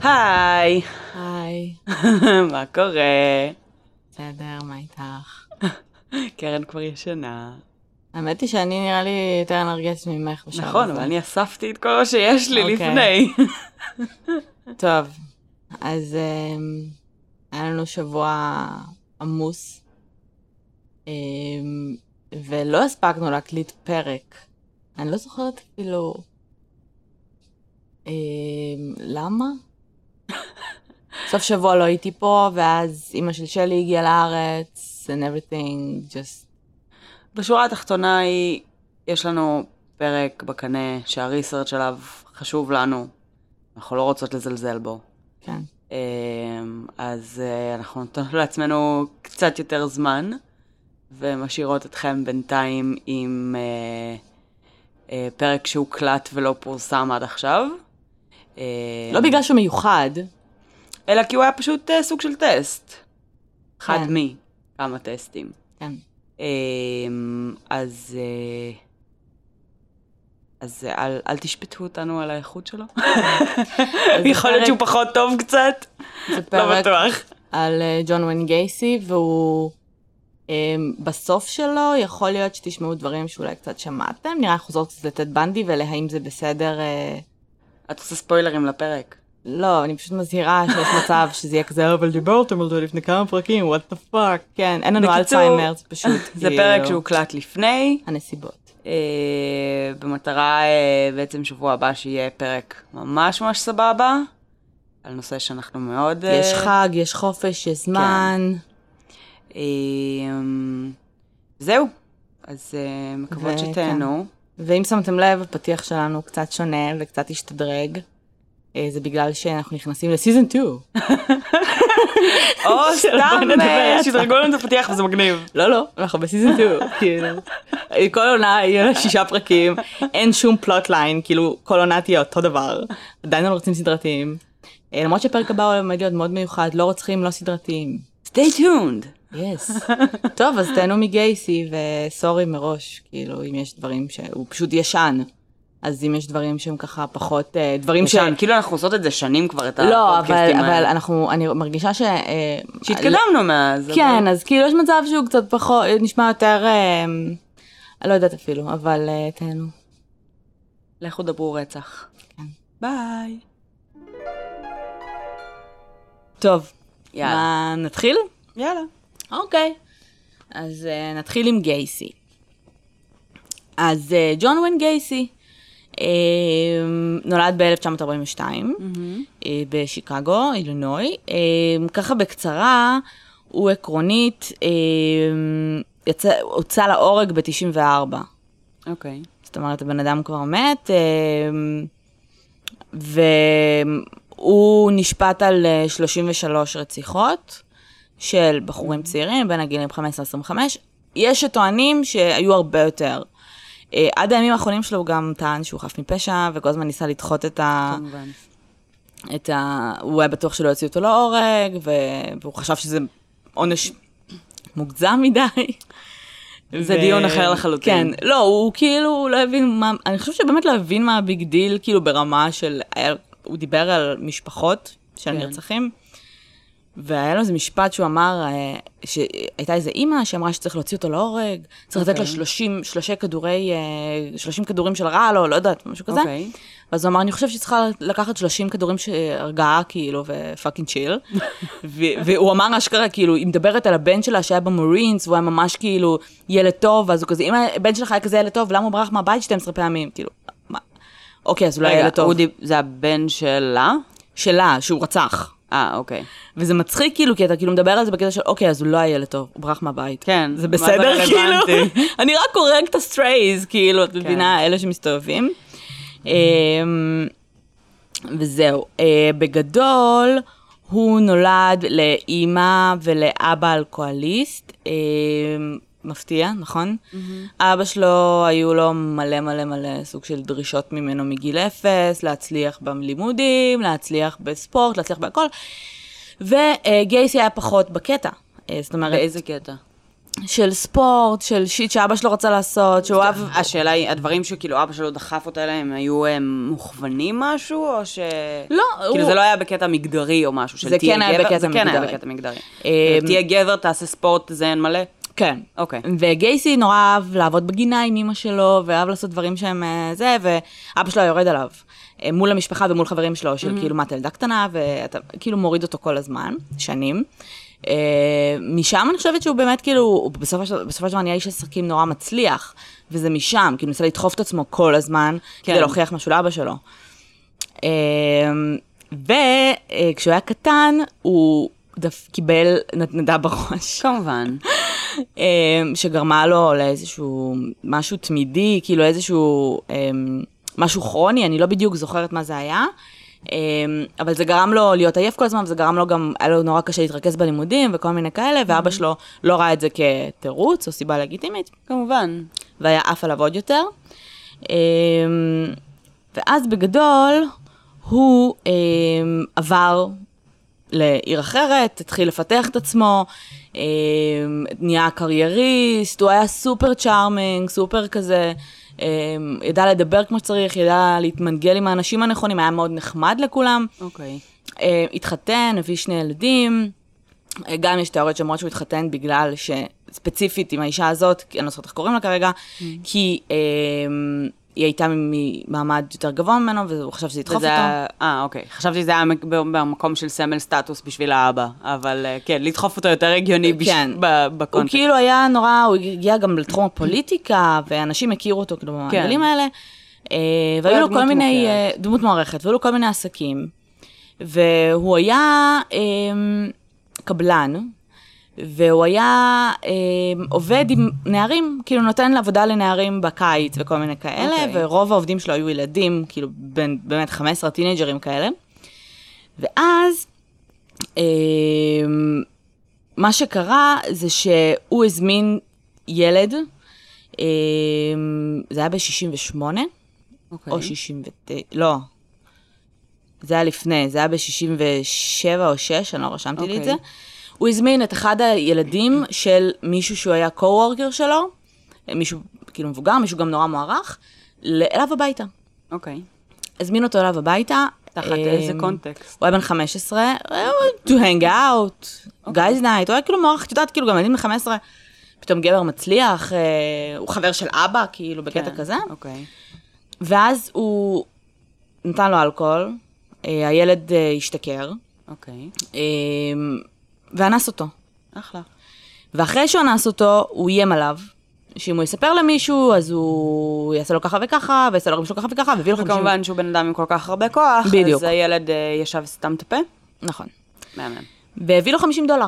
היי. היי. מה קורה? בסדר, מה איתך? קרן כבר ישנה. האמת היא שאני נראה לי יותר אנרגטית ממך בשלב הזה. נכון, אבל אני אספתי את כל מה שיש לי אוקיי. לפני. טוב, אז היה לנו שבוע עמוס, ולא הספקנו להקליט פרק. אני לא זוכרת אפילו למה. סוף שבוע לא הייתי פה, ואז אמא של שלי הגיעה לארץ, and everything just... בשורה התחתונה היא, יש לנו פרק בקנה שהריסרצ' עליו חשוב לנו. אנחנו לא רוצות לזלזל בו. כן. אז אנחנו נותנות לעצמנו קצת יותר זמן, ומשאירות אתכם בינתיים עם פרק שהוקלט ולא פורסם עד עכשיו. לא בגלל שהוא מיוחד. אלא כי הוא היה פשוט סוג של טסט. אחד כן. מכמה טסטים. כן. אז אל תשפטו אותנו על האיכות שלו. יכול להיות שהוא פחות טוב קצת. זה לא פרק בטוח. על ג'ון וויין גייסי, והוא בסוף שלו יכול להיות שתשמעו דברים שאולי קצת שמעתם. נראה חוזרות קצת לטד בנדי ולהאם זה בסדר. את עושה ספוילרים לפרק. לא, אני פשוט מזהירה שיש מצב שזה יהיה כזה, אבל דיברתם על זה לפני כמה פרקים, what the fuck. כן, אין לנו בקיצור, אלצהיימר, זה פשוט זה פרק שהוקלט לפני. הנסיבות. במטרה בעצם שבוע הבא שיהיה פרק ממש ממש סבבה. על נושא שאנחנו מאוד... יש חג, יש חופש, יש זמן. זהו. אז מקוות שתהנו. ואם שמתם לב, הפתיח שלנו קצת שונה וקצת השתדרג. זה בגלל שאנחנו נכנסים לסיזן 2. או סתם, שדרגו לנו את הפתיח וזה מגניב. לא, אנחנו בסיזן 2. כאילו, כל עונה יהיה לה 6 פרקים, אין שום פלוט ליין, כאילו כל עונה תהיה אותו דבר. עדיין לא רוצים סדרתיים. למרות שהפרק הבא הוא עומד להיות מאוד מיוחד, לא רוצחים, לא סדרתיים. Stay tuned. Yes. טוב, אז תהנו מגייסי, וסורי מראש, כאילו, אם יש דברים שהוא פשוט ישן. אז אם יש דברים שהם ככה פחות, דברים ישן, כאילו אנחנו עושות את זה שנים כבר, את לא, הפודקאסטים האלה. אבל אני מרגישה שהתקדמנו מאז. כן, אז כאילו יש מצב שהוא קצת פחות, נשמע יותר, אני לא יודעת אפילו, אבל תהנו. לכו דברו רצח. כן. ביי. טוב, יאללה. מה, נתחיל? יאללה. אוקיי. אז נתחיל עם גייסי. אז ג'ון וויין גייסי נולד ב-1942 בשיקגו, אילינוי. ככה בקצרה, הוא עקרונית הוצא להורג ב-94. אוקיי. זאת אומרת, הבן אדם כבר מת, והוא נשפט על 33 רציחות של בחורים צעירים, בין הגילים 15-25. יש שטוענים שהיו הרבה יותר. עד הימים האחרונים שלו הוא גם טען שהוא חף מפשע, וכל הזמן ניסה לדחות כמובן. הוא היה בטוח שלא יוציאו אותו להורג, והוא חשב שזה עונש מוגזם מדי. זה דיון אחר לחלוטין. כן, לא, הוא כאילו לא הבין מה, אני חושב שבאמת לא הבין מה הביג דיל, כאילו ברמה של, הוא דיבר על משפחות של נרצחים, והיה לו איזה משפט שהוא אמר, שהייתה איזו אימא שאמרה שצריך להוציא אותו להורג, צריך לתת לו 30 כדורים של רעל, או לא יודעת, משהו כזה. אז הוא אמר, אני חושב שצריכה לקחת 30 כדורים שהרגעה, כאילו, ופאקינג צ'יל. והוא אמר אשכרה, כאילו, היא מדברת על הבן שלה שהיה במורינס, והוא היה ממש כאילו ילד טוב, אז הוא כזה, אם הבן שלך היה כזה ילד טוב, למה הוא ברח מהבית 12 פעמים? כאילו, מה? אוקיי, אז אולי ילד טוב. זה הבן שלה? שלה, שהוא רצח. אוקיי. וזה מצחיק כאילו, כי אתה כאילו מדבר על זה בקטע של, אוקיי, אז הוא לא היה ילד טוב, הוא ברח מהבית. כן. זה בסדר, כאילו. אני רק קורק את הסטרייז, כאילו, את מבינה, אלה שמסתובבים. וזהו. בגדול, הוא נולד לאמא ולאבא אלכוהוליסט. מפתיע, נכון? אבא שלו, היו לו מלא סוג של דרישות ממנו מגיל 0, להצליח בלימודים, להצליח בספורט, להצליח בהכל. וגייסי היה פחות בקטע. זאת אומרת... באיזה קטע? של ספורט, של שיט שאבא שלו רצה לעשות, שהוא אהב... השאלה היא, הדברים שכאילו אבא שלו דחף אותה אליהם, היו מוכוונים משהו, או ש... לא, כאילו זה לא היה בקטע מגדרי או משהו, של זה תהיה כן היה גבר? בקטע זה כן היה מגדרי. בקטע מגדרי. תהיה גבר, תעשה ספורט, תזיין מלא? כן. אוקיי. וגייסי נורא אהב לעבוד בגינה עם אמא שלו, ואהב לעשות דברים שהם זה, ואבא שלו יורד עליו, מול המשפחה ומול חברים שלו, של כאילו, מה, אתה ילדה קטנה, ואתה כאילו מוריד אותו כל הזמן, שנים. משם אני חושבת שהוא באמת כאילו, בסופו של דבר נהיה איש עסקים נורא מצליח, וזה משם, כאילו ניסה לדחוף את עצמו כל הזמן, כדי להוכיח משהו לאבא שלו. וכשהוא היה קטן, הוא קיבל נדנדה בראש. כמובן. שגרמה לו לאיזשהו משהו תמידי, כאילו איזשהו משהו כרוני, אני לא בדיוק זוכרת מה זה היה, אבל זה גרם לו להיות עייף כל הזמן, וזה גרם לו גם, היה לו נורא קשה להתרכז בלימודים וכל מיני כאלה, ואבא שלו לא ראה את זה כתירוץ או סיבה לגיטימית. כמובן. והיה עף עליו עוד יותר. ואז בגדול, הוא עבר לעיר אחרת, התחיל לפתח את עצמו, נהיה קרייריסט, הוא היה סופר צ'ארמינג, סופר כזה, ידע לדבר כמו שצריך, ידע להתמנגל עם האנשים הנכונים, היה מאוד נחמד לכולם. אוקיי. התחתן, הביא 2 ילדים, גם יש תיאוריות שאומרות שהוא התחתן בגלל שספציפית עם האישה הזאת, אני לא זוכרת איך קוראים לה כרגע, כי היא הייתה ממעמד יותר גבוה ממנו, והוא חשב שזה ידחוף אותו. אוקיי. חשבתי שזה היה במקום של סמל סטטוס בשביל האבא, אבל כן, לדחוף אותו יותר הגיוני בקונטקסט. הוא כאילו היה נורא, הוא הגיע גם לתחום הפוליטיקה, ואנשים הכירו אותו כאילו במעגלים האלה, והיו לו כל מיני, דמות מוערכת, והיו לו כל מיני עסקים, והוא היה קבלן, והוא היה עובד עם נערים, כאילו נותן עבודה לנערים בקיץ וכל מיני כאלה, ורוב העובדים שלו היו ילדים, כאילו באמת 15 טינג'רים כאלה. ואז מה שקרה זה שהוא הזמין ילד, זה היה ב-68, או 69, לא, זה היה לפני, זה היה ב-67 או 6, אני לא רשמתי לי את זה. הוא הזמין את אחד הילדים של מישהו שהוא היה קו-וורקר שלו, מישהו כאילו מבוגר, מישהו גם נורא מוערך, אליו הביתה. אוקיי. הזמין אותו אליו הביתה. תחת איזה קונטקסט? הוא היה בן 15, to hang out, guys night, הוא היה כאילו מוערך, את יודעת, כאילו גם ילדים בן 15, פתאום גבר מצליח, הוא חבר של אבא, כאילו בקטע כזה. אוקיי. ואז הוא נתן לו אלכוהול, הילד השתכר. אוקיי. ואנס אותו. אחלה. ואחרי שהוא אנס אותו, הוא איים עליו, שאם הוא יספר למישהו, אז הוא יעשה לו ככה וככה, ויעשה לו שלו ככה וככה, והביא לו 50... וכמובן שהוא בן אדם עם כל כך הרבה כוח, בדיוק. אז הילד ישב וסתם את הפה. נכון. מהמם. והביא לו $50.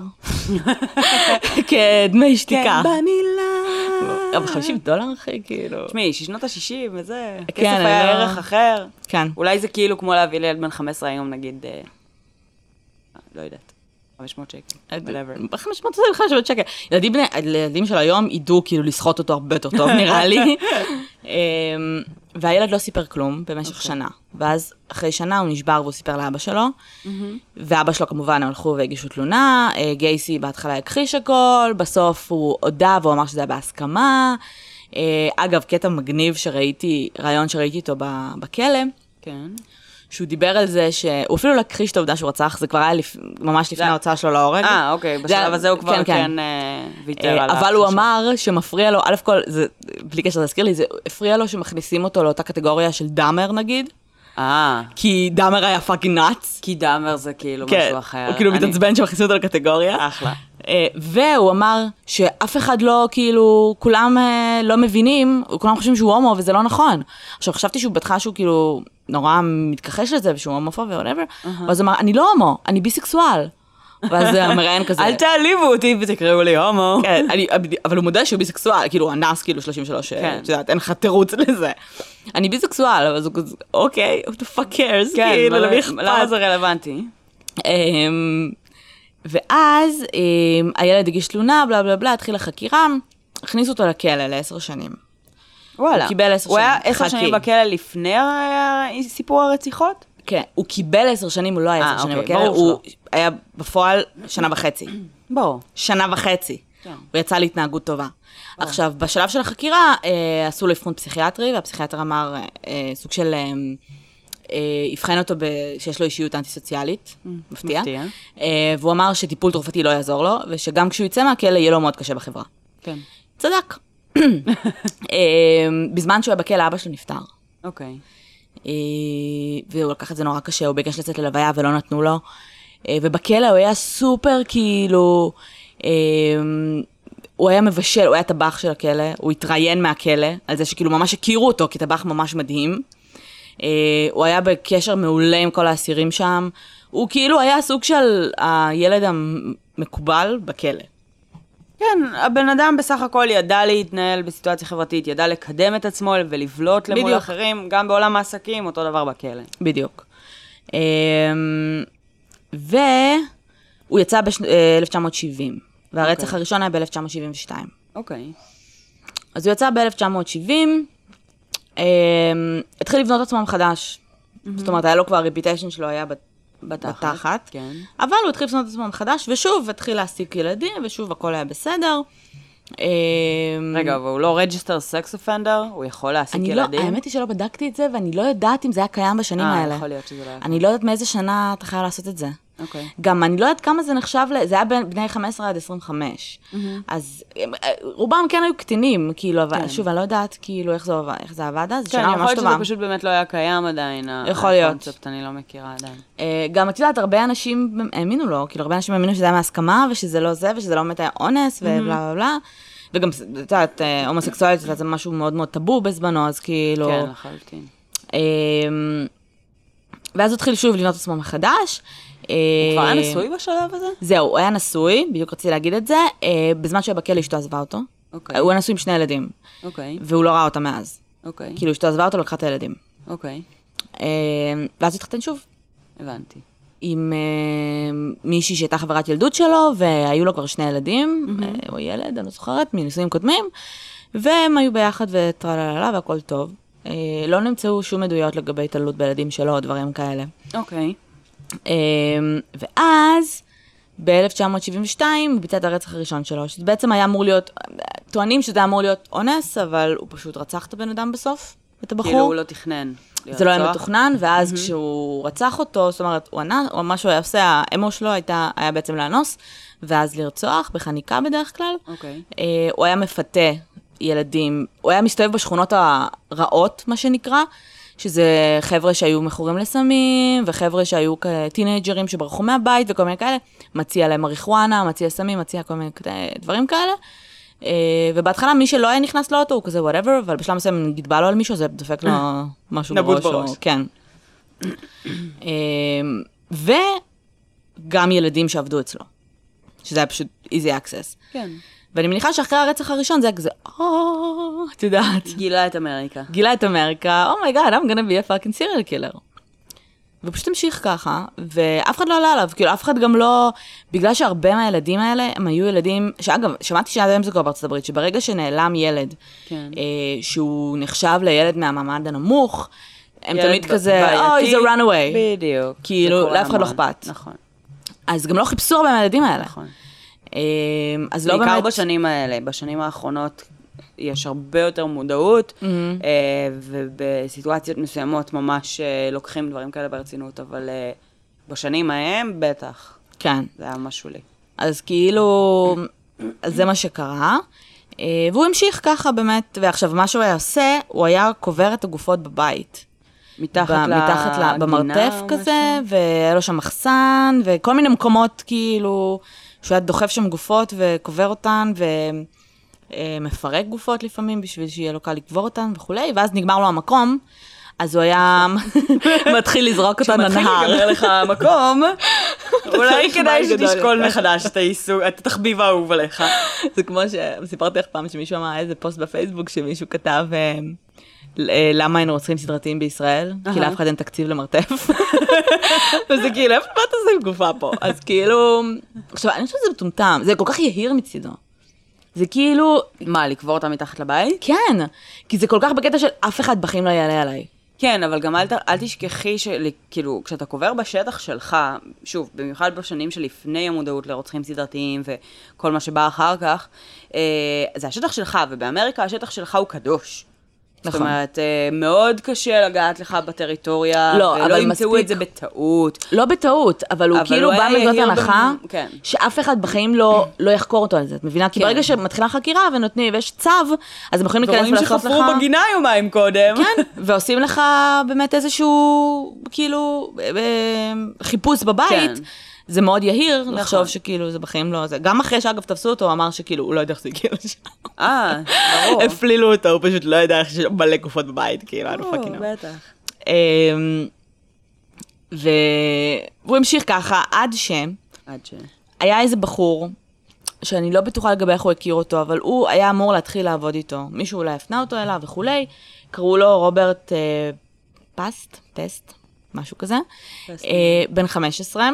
כדמי שתיקה. כן, במילה. אבל $50 אחי, כאילו... תשמעי, ששנות ה-60 וזה, כסף כן, היה ערך אחר. כן. אולי זה כאילו כמו להביא לילד בן 15 היום, נגיד, לא יודעת. 500 שקל, whatever. 500 שקל. ילדים של היום ידעו כאילו לסחוט אותו הרבה יותר טוב, נראה לי. והילד לא סיפר כלום במשך שנה. ואז אחרי שנה הוא נשבר והוא סיפר לאבא שלו. ואבא שלו כמובן הלכו והגישו תלונה. גייסי בהתחלה הכחיש הכל, בסוף הוא הודע והוא אמר שזה היה בהסכמה. אגב, קטע מגניב שראיתי, רעיון שראיתי איתו בכלא. כן. שהוא דיבר על זה שהוא אפילו לא הכחיש את העובדה שהוא רצח, זה כבר היה ממש לפני ההוצאה שלו להורג. אוקיי, בשלב הזה הוא כבר כן ויתר עליו. אבל הוא אמר שמפריע לו, א' כל, בלי קשר להזכיר לי, זה הפריע לו שמכניסים אותו לאותה קטגוריה של דאמר נגיד. כי דאמר היה פאקינג נאץ. כי דאמר זה כאילו משהו אחר. הוא כאילו מתעצבן שמכניסים אותו לקטגוריה. אחלה. והוא אמר שאף אחד לא, כאילו, כולם לא מבינים, כולם חושבים שהוא הומו וזה לא נכון. עכשיו, חשבתי שהוא בטחה שהוא כאילו נורא מתכחש לזה ושהוא הומופוב ו-whatever, ואז הוא אמר, אני לא הומו, אני ביסקסואל. ואז המראיין כזה. אל תעליבו אותי ותקראו לי הומו. כן, אבל הוא מודה שהוא ביסקסואל, כאילו, אנס, כאילו, 33, את יודעת, אין לך תירוץ לזה. אני ביסקסואל, אבל הוא כזה, אוקיי, what the fuck cares, כאילו, למי אכפת. למה זה רלוונטי? ואז הילד הגיש תלונה, בלה בלה בלה, התחילה חקירה, הכניסו אותו לכלא ל10 שנים. וואלה. הוא קיבל 10 שנים. הוא היה 10 שנים בכלא לפני סיפור הרציחות? כן, הוא קיבל 10 שנים, הוא לא היה 10 שנים בכלא, הוא היה בפועל 1.5 שנה. בואו. 1.5 שנה. כן. הוא יצא להתנהגות טובה. עכשיו, בשלב של החקירה, עשו לו אבחון פסיכיאטרי, והפסיכיאטר אמר סוג של, הבחן אותו שיש לו אישיות אנטי-סוציאלית, מפתיע. והוא אמר שטיפול תרופתי לא יעזור לו, ושגם כשהוא יצא מהכלא, יהיה לו מאוד קשה בחברה. כן. צדק. בזמן שהוא היה בכלא, אבא שלו נפטר. אוקיי. והוא לקח את זה נורא קשה, הוא ביקש לצאת ללוויה ולא נתנו לו. ובכלא הוא היה סופר כאילו, הוא היה מבשל, הוא היה טבח של הכלא, הוא התראיין מהכלא, על זה שכאילו ממש הכירו אותו כטבח ממש מדהים. הוא היה בקשר מעולה עם כל האסירים שם, הוא כאילו היה סוג של הילד המקובל בכלא. כן, הבן אדם בסך הכל ידע להתנהל בסיטואציה חברתית, ידע לקדם את עצמו ולבלוט למול אחרים, גם בעולם העסקים, אותו דבר בכלא. בדיוק. והוא יצא ב-1970, והרצח הראשון היה ב-1972. אוקיי. אז הוא יצא ב-1970, התחיל לבנות עצמו מחדש. זאת אומרת, היה לו כבר רפיטיישן שלו, היה בתחת. כן. אבל הוא התחיל לבנות עצמו מחדש, ושוב התחיל להעסיק ילדים, ושוב הכל היה בסדר. רגע, אבל הוא לא רג'יסטר סקס אופנדר? הוא יכול להעסיק ילדים? האמת היא שלא בדקתי את זה, ואני לא יודעת אם זה היה קיים בשנים האלה. יכול להיות שזה לא היה. אני לא יודעת מאיזה שנה אתה חייב לעשות את זה. אוקיי. גם אני לא יודעת כמה זה נחשב, זה היה בני 15 עד 25. אז רובם כן היו קטינים, כאילו, אבל שוב, אני לא יודעת כאילו איך זה עבד אז, כן, יכול להיות שזה פשוט באמת לא היה קיים עדיין. יכול להיות. הקונספט אני לא מכירה עדיין. גם את יודעת, הרבה אנשים האמינו לו, כאילו, הרבה אנשים האמינו שזה היה מהסכמה, ושזה לא זה, ושזה לא באמת היה אונס, ובלה בלה בלה. וגם, את יודעת, הומוסקסואלית, זה משהו מאוד מאוד טאבו בזמנו, אז כאילו... כן, לחלוטין. ואז הוא התחיל שוב לבנות עצמו מחדש. הוא כבר היה נשוי בשלב הזה? זהו, הוא היה נשוי, בדיוק רציתי להגיד את זה, בזמן שהוא היה בכלא אשתו עזבה אותו. אוקיי. הוא היה נשוי עם 2 ילדים. אוקיי. והוא לא ראה אותה מאז. אוקיי. כאילו אשתו עזבה אותו, לקחה את הילדים. אוקיי. ואז הוא התחתן שוב. הבנתי. עם מישהי שהייתה חברת ילדות שלו, והיו לו כבר 2 ילדים, או ילד, אני לא זוכרת, מנישואים קודמים, והם היו ביחד וטרללה והכל טוב. לא נמצאו שום עדויות לגבי התעללות בילדים שלו, או דברים כאלה. אוקיי. ואז, ב-1972, הוא ביצע את הרצח הראשון שלו, שזה בעצם היה אמור להיות, טוענים שזה אמור להיות אונס, אבל הוא פשוט רצח את הבן אדם בסוף, את הבחור. כאילו הוא לא תכנן. זה לא היה מתוכנן, ואז כשהוא רצח אותו, זאת אומרת, מה שהוא היה עושה, האמו שלו היה בעצם לאנוס, ואז לרצוח, בחניקה בדרך כלל. אוקיי. הוא היה מפתה ילדים, הוא היה מסתובב בשכונות הרעות, מה שנקרא, שזה חבר'ה שהיו מכורים לסמים, וחבר'ה שהיו טינג'רים שברחו מהבית וכל מיני כאלה, מציע להם מריחואנה, מציע סמים, מציע כל מיני דברים כאלה. ובהתחלה מי שלא היה נכנס לאוטו, הוא כזה whatever, אבל בשלב מסוים נגיד בא לו על מישהו, זה דופק לו משהו בראש. כן. וגם ילדים שעבדו אצלו, שזה היה פשוט easy access. כן. ואני מניחה שאחרי הרצח הראשון זה היה כזה, את יודעת. גילה את אמריקה. גילה את אמריקה, oh my god, I'm gonna be a fucking serial killer. ופשוט המשיך ככה, ואף אחד לא עלה עליו, כאילו אף אחד גם לא, בגלל שהרבה מהילדים האלה, הם היו ילדים, שאגב, שמעתי שעד היום זה קורה בארצות הברית, שברגע שנעלם ילד, כן. שהוא נחשב לילד מהמעמד הנמוך, הם תמיד כזה, he's a runaway. בדיוק. כאילו, לאף אחד לא אכפת. נכון. אז גם לא חיפשו הרבה מהילדים האלה. נכון. אז לא באמת... בעיקר בשנים האלה, בשנים האחרונות יש הרבה יותר מודעות, ובסיטואציות מסוימות ממש לוקחים דברים כאלה ברצינות, אבל בשנים ההם בטח. כן. זה היה משהו לי. אז כאילו, זה מה שקרה, והוא המשיך ככה באמת, ועכשיו מה שהוא היה עושה, הוא היה קובר את הגופות בבית. מתחת במרתף כזה, והיה לו שם מחסן, וכל מיני מקומות כאילו, שהוא היה דוחף שם גופות וקובר אותן, ומפרק גופות לפעמים, בשביל שיהיה לו קל לקבור אותן וכולי, ואז נגמר לו המקום, אז הוא היה מתחיל לזרוק אותן לנהר. כשמתחיל לגמר לך המקום, אולי כדאי שתשקול מחדש את התחביב האהוב עליך. זה כמו שסיפרתי לך פעם שמישהו אמר איזה פוסט בפייסבוק, שמישהו כתב... למה היינו רוצחים סדרתיים בישראל? כי לאף אחד אין תקציב למרתף. וזה כאילו, איפה באת עושה עם גופה פה? אז כאילו, עכשיו, אני חושבת שזה מטומטם, זה כל כך יהיר מצידו. זה כאילו... מה, לקבור אותה מתחת לבית? כן, כי זה כל כך בקטע של אף אחד בחיים לא יעלה עליי. כן, אבל גם אל תשכחי כאילו, כשאתה קובר בשטח שלך, שוב, במיוחד בשנים שלפני המודעות לרוצחים סדרתיים וכל מה שבא אחר כך, זה השטח שלך, ובאמריקה השטח שלך הוא קדוש. נכון. זאת אומרת, מאוד קשה לגעת לך בטריטוריה, לא, ולא ימצאו את זה בטעות. לא בטעות, אבל הוא כאילו בא מנקודת הנחה, כן. שאף אחד בחיים לא יחקור אותו על זה, את מבינה? כי ברגע שמתחילה חקירה ונותנים, ויש צו, אז הם יכולים להיכנס ולעשות לך... ורואים שחפרו בגינה יומיים קודם. כן, ועושים לך באמת איזשהו, כאילו, חיפוש בבית. זה מאוד יהיר לחשוב שכאילו זה בחיים לא... גם אחרי שאגב תפסו אותו, הוא אמר שכאילו, הוא לא יודע איך זה הגיע לשם. ברור. הפלילו אותו, הוא פשוט לא יודע איך יש מלא גופות בבית, כאילו, אני פאקינג. בטח. והוא המשיך ככה עד היה איזה בחור, שאני לא בטוחה לגבי איך הוא הכיר אותו, אבל הוא היה אמור להתחיל לעבוד איתו. מישהו אולי הפנה אותו אליו וכולי, קראו לו רוברט פסט, משהו כזה, בן 15.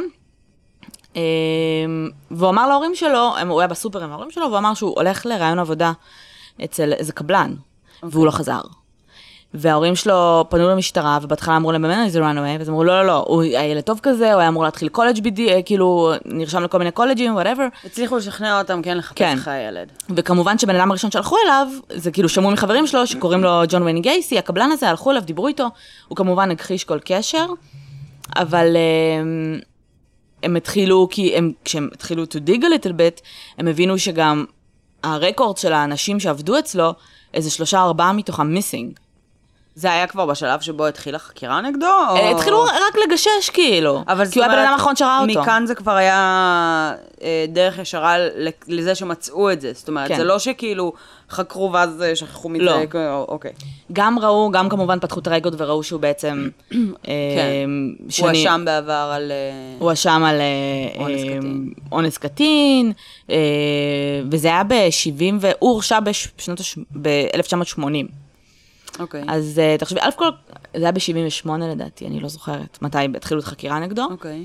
והוא אמר להורים שלו, הוא היה בסופר עם ההורים שלו, והוא אמר שהוא הולך לרעיון עבודה אצל איזה קבלן, והוא לא חזר. וההורים שלו פנו למשטרה, ובהתחלה אמרו להם, באמת, זה runaway, ואז אמרו, לא, הוא היה ילד טוב כזה, הוא היה אמור להתחיל קולג' כאילו, נרשם לכל מיני קולג'ים, whatever. הצליחו לשכנע אותם, כן, לחפש לך הילד. וכמובן שבן אדם הראשון שהלכו אליו, זה כאילו שמעו מחברים שלו, שקוראים לו ג'ון וייני גייסי, הקבלן הזה, הלכו אליו, דיברו איתו, הוא כמובן הכחיש כל קשר, אבל הם התחילו, כשהם התחילו to dig a little bit, הם הבינו שגם הרקורד של האנשים שעבדו אצלו, איזה 3-4 מתוכם missing. זה היה כבר בשלב שבו התחילה חקירה נגדו? התחילו רק לגשש כאילו, כי הוא היה בן אדם האחרון שראה אותו. מכאן זה כבר היה דרך ישרה לזה שמצאו את זה, זאת אומרת, זה לא שכאילו חקרו ואז שכחו מזה, אוקיי. גם ראו, גם כמובן פתחו את הרקורד וראו שהוא בעצם הוא אשם בעבר על... הוא אשם על אונס קטין, וזה היה ב-70, והוא הורשע ב-1980. אוקיי. אז תחשבי, אלף כל, זה היה ב-78 לדעתי, אני לא זוכרת מתי התחילו את חקירה נגדו. אוקיי.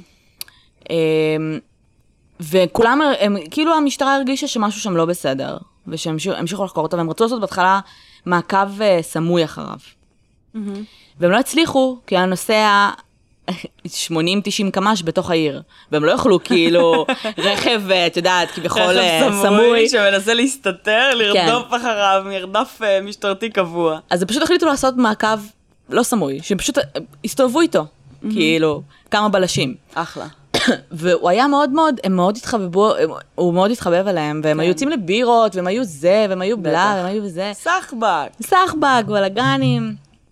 וכולם, כאילו המשטרה הרגישה שמשהו שם לא בסדר, ושהמשיכו לחקור אותו, והם רצו לעשות בהתחלה מעקב סמוי אחריו. והם לא הצליחו, כי היה נוסע 80-90 קמ"ש בתוך העיר, והם לא יוכלו כאילו רכב, את יודעת, כביכול סמוי. שמנסה להסתתר, לרדוף אחריו, מרדף משטרתי קבוע. אז הם פשוט החליטו לעשות מעקב לא סמוי, שהם פשוט הסתובבו איתו, כאילו, כמה בלשים. אחלה. והוא היה מאוד מאוד, הם מאוד התחבבו, הוא מאוד התחבב עליהם, והם היו יוצאים לבירות, והם היו זה, והם היו בלה, והם היו זה. סחבק, ולגנים.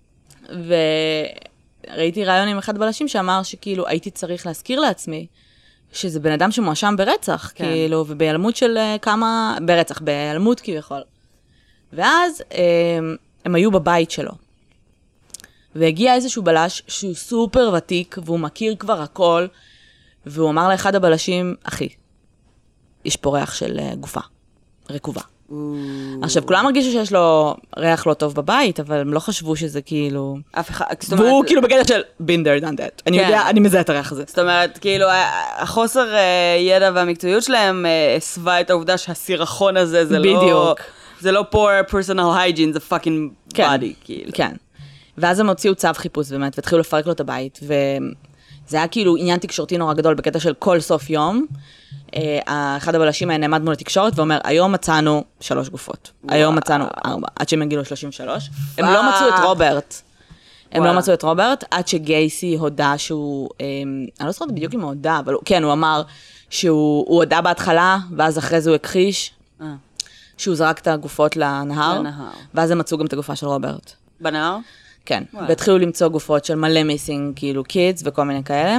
ראיתי רעיון עם אחד בלשים שאמר שכאילו הייתי צריך להזכיר לעצמי שזה בן אדם שמואשם ברצח, כאילו, ובהיעלמות של כמה, ברצח, בהיעלמות כביכול. ואז הם היו בבית שלו. והגיע איזשהו בלש שהוא סופר ותיק, והוא מכיר כבר הכל, והוא אמר לאחד הבלשים, אחי, יש פה ריח של גופה, רקובה. עכשיו, כולם הרגישו שיש לו ריח לא טוב בבית, אבל הם לא חשבו שזה כאילו... אף אחד... והוא כאילו בגלל של been there, done that. אני יודע, אני מזהה את הריח הזה. זאת אומרת, כאילו, החוסר ידע והמקצועיות שלהם הסווה את העובדה שהסירחון הזה זה לא... בדיוק. זה לא poor personal hygiene, זה fucking body, כאילו. כן. ואז הם הוציאו צו חיפוש באמת, והתחילו לפרק לו את הבית, וזה היה כאילו עניין תקשורתי נורא גדול בקטע של כל סוף יום. אחד הבלשים היה נעמד מול התקשורת ואומר, היום מצאנו 3 גופות. היום מצאנו 4, עד שהם הגילו 33. הם לא מצאו את רוברט. הם לא מצאו את רוברט, עד שגייסי הודע שהוא, אני לא זוכרת בדיוק אם הוא הודע, אבל כן, הוא אמר שהוא הודע בהתחלה, ואז אחרי זה הוא הכחיש, שהוא זרק את הגופות לנהר, ואז הם מצאו גם את הגופה של רוברט. בנהר? כן, והתחילו למצוא גופות של מלא מיסינג, כאילו קידס וכל מיני כאלה.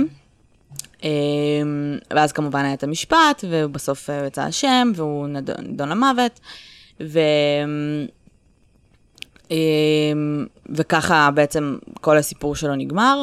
ואז כמובן היה את המשפט, ובסוף יצא השם, והוא נדון למוות, וככה בעצם כל הסיפור שלו נגמר.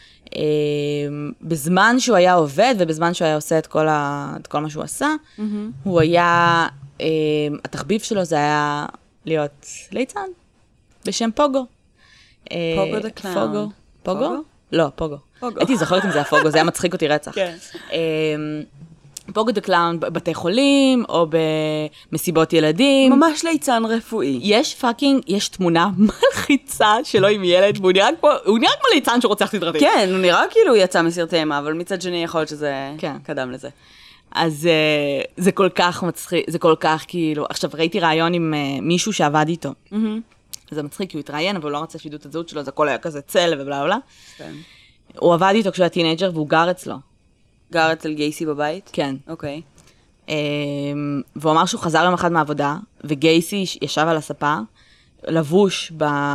בזמן שהוא היה עובד, ובזמן שהוא היה עושה את כל מה שהוא עשה, הוא היה, התחביב שלו זה היה להיות ליצן, בשם פוגו. פוגו דה קלאון. פוגו? לא, פוגו. הייתי זוכרת אם זה היה פוגו, זה היה מצחיק אותי רצח. פוגו דה קלאון בבתי חולים, או במסיבות ילדים. ממש ליצן רפואי. יש תמונה מלחיצה שלו עם ילד, והוא נראה כמו ליצן שרוצח סדרתי. כן, הוא נראה כאילו הוא יצא מסרטי אימה, אבל מצד שני יכול להיות שזה קדם לזה. אז זה כל כך מצחיק, זה כל כך כאילו, עכשיו ראיתי רעיון עם מישהו שעבד איתו. זה מצחיק, כי הוא התראיין, אבל הוא לא רצה שידעו את הזהות שלו, אז הכל היה כזה צל ובלה בלה. הוא עבד איתו כשהוא היה טינג'ר, והוא גר אצלו. גר אצל גייסי בבית? כן. אוקיי. והוא אמר שהוא חזר יום אחד מהעבודה, וגייסי ישב על הספה, לבוש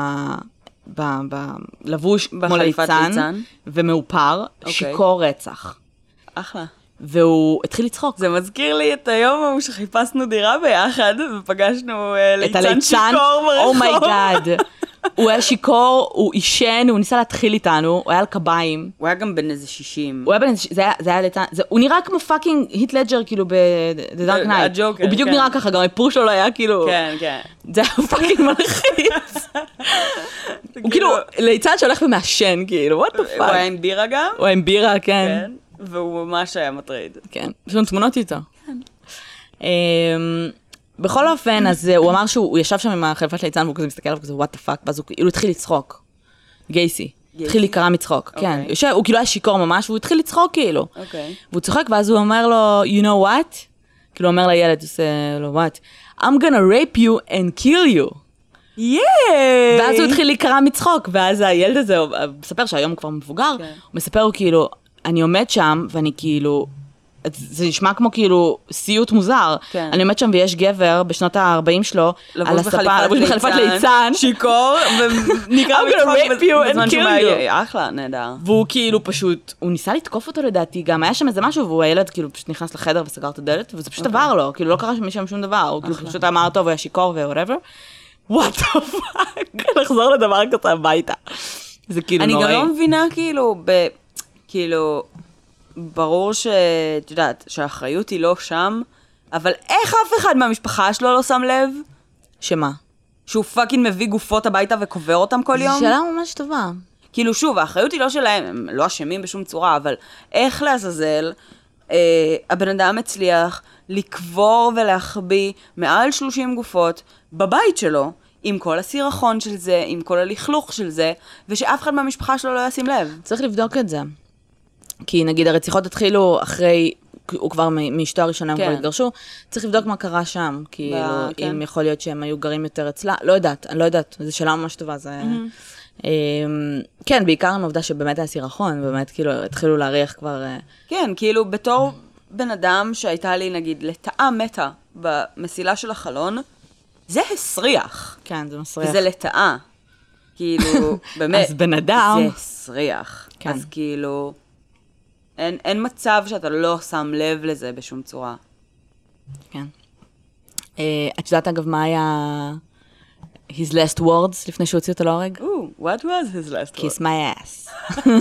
לבוש כמו ליצן, ומאופר, שיקור רצח. אחלה. והוא התחיל לצחוק. זה מזכיר לי את היום ההוא שחיפשנו דירה ביחד, ופגשנו ליצן שיקור ברחוב. אומייגאד. הוא היה שיקור, הוא אישן, הוא ניסה להתחיל איתנו, הוא היה על קביים. הוא היה גם בן איזה 60. הוא היה בן איזה 60, זה היה ליצן, הוא נראה כמו פאקינג היט לג'ר, כאילו ב-The Dark Knight. הג'וקר, הוא בדיוק נראה ככה, גם האיפור שלו היה כאילו... כן, כן. זה היה פאקינג מלחיץ. הוא כאילו ליצן שהולך ומעשן, כאילו, what the fuck. הוא היה עם בירה גם? הוא היה עם בירה, כן. והוא ממש היה מטריד. כן, יש לנו תמונות איתו. בכל אופן, אז הוא אמר שהוא ישב שם עם החלפת ליצן, והוא כזה מסתכל עליו כזה, what the fuck, ואז הוא התחיל לצחוק. גייסי. התחיל להיקרא מצחוק, כן. הוא כאילו היה שיקור ממש, והוא התחיל לצחוק כאילו. והוא צוחק, ואז הוא אומר לו, you know what? כאילו הוא אומר לילד, הוא עושה לו, what? I'm gonna rape you and kill you. ואז הוא התחיל להיקרא מצחוק, ואז הילד הזה, הוא מספר שהיום הוא כבר מבוגר, הוא מספר הוא כאילו, אני עומד שם, ואני כאילו, זה נשמע כמו כאילו סיוט מוזר. אני עומד שם ויש גבר בשנות ה-40 שלו, על הספה, לבוש בחליפת ליצן, שיקור, ונקרא בזמן שהוא היה אחלה, נהדר. והוא כאילו פשוט, הוא ניסה לתקוף אותו לדעתי, גם היה שם איזה משהו, והוא הילד כאילו פשוט נכנס לחדר וסגר את הדלת, וזה פשוט עבר לו, כאילו לא קרה משם שום דבר, הוא כאילו פשוט אמר טוב, הוא היה שיקור ו-whatever. What the fuck? לחזור לדבר כזה הביתה. זה כאילו נוראי. אני גם לא מבינה כאילו, ברור שאת יודעת, שהאחריות היא לא שם, אבל איך אף אחד מהמשפחה שלו לא שם לב? שמה? שהוא פאקינג מביא גופות הביתה וקובר אותם כל יום? זו שאלה ממש טובה. כאילו שוב, האחריות היא לא שלהם, הם לא אשמים בשום צורה, אבל איך לעזאזל הבן אדם הצליח לקבור ולהחביא מעל 30 גופות בבית שלו, עם כל הסירחון של זה, עם כל הלכלוך של זה, ושאף אחד מהמשפחה שלו לא ישים לב. צריך לבדוק את זה. כי נגיד הרציחות התחילו אחרי, הוא כבר מאשתו הראשונה, הם כבר התגרשו, צריך לבדוק מה קרה שם, כאילו, אם יכול להיות שהם היו גרים יותר אצלה, לא יודעת, אני לא יודעת, זו שאלה ממש טובה, זה... כן, בעיקר עם העובדה שבאמת היה סירחון, באמת כאילו התחילו להריח כבר... כן, כאילו בתור בן אדם שהייתה לי נגיד לטאה מתה במסילה של החלון, זה הסריח. כן, זה מסריח. וזה לטאה. כאילו, באמת. אז בן אדם... זה הסריח. כן. אז כאילו, אין מצב שאתה לא שם לב לזה בשום צורה. כן. את יודעת אגב מה היה... his last words לפני שהוציא אותו להורג? What was his last words? Kiss my ass.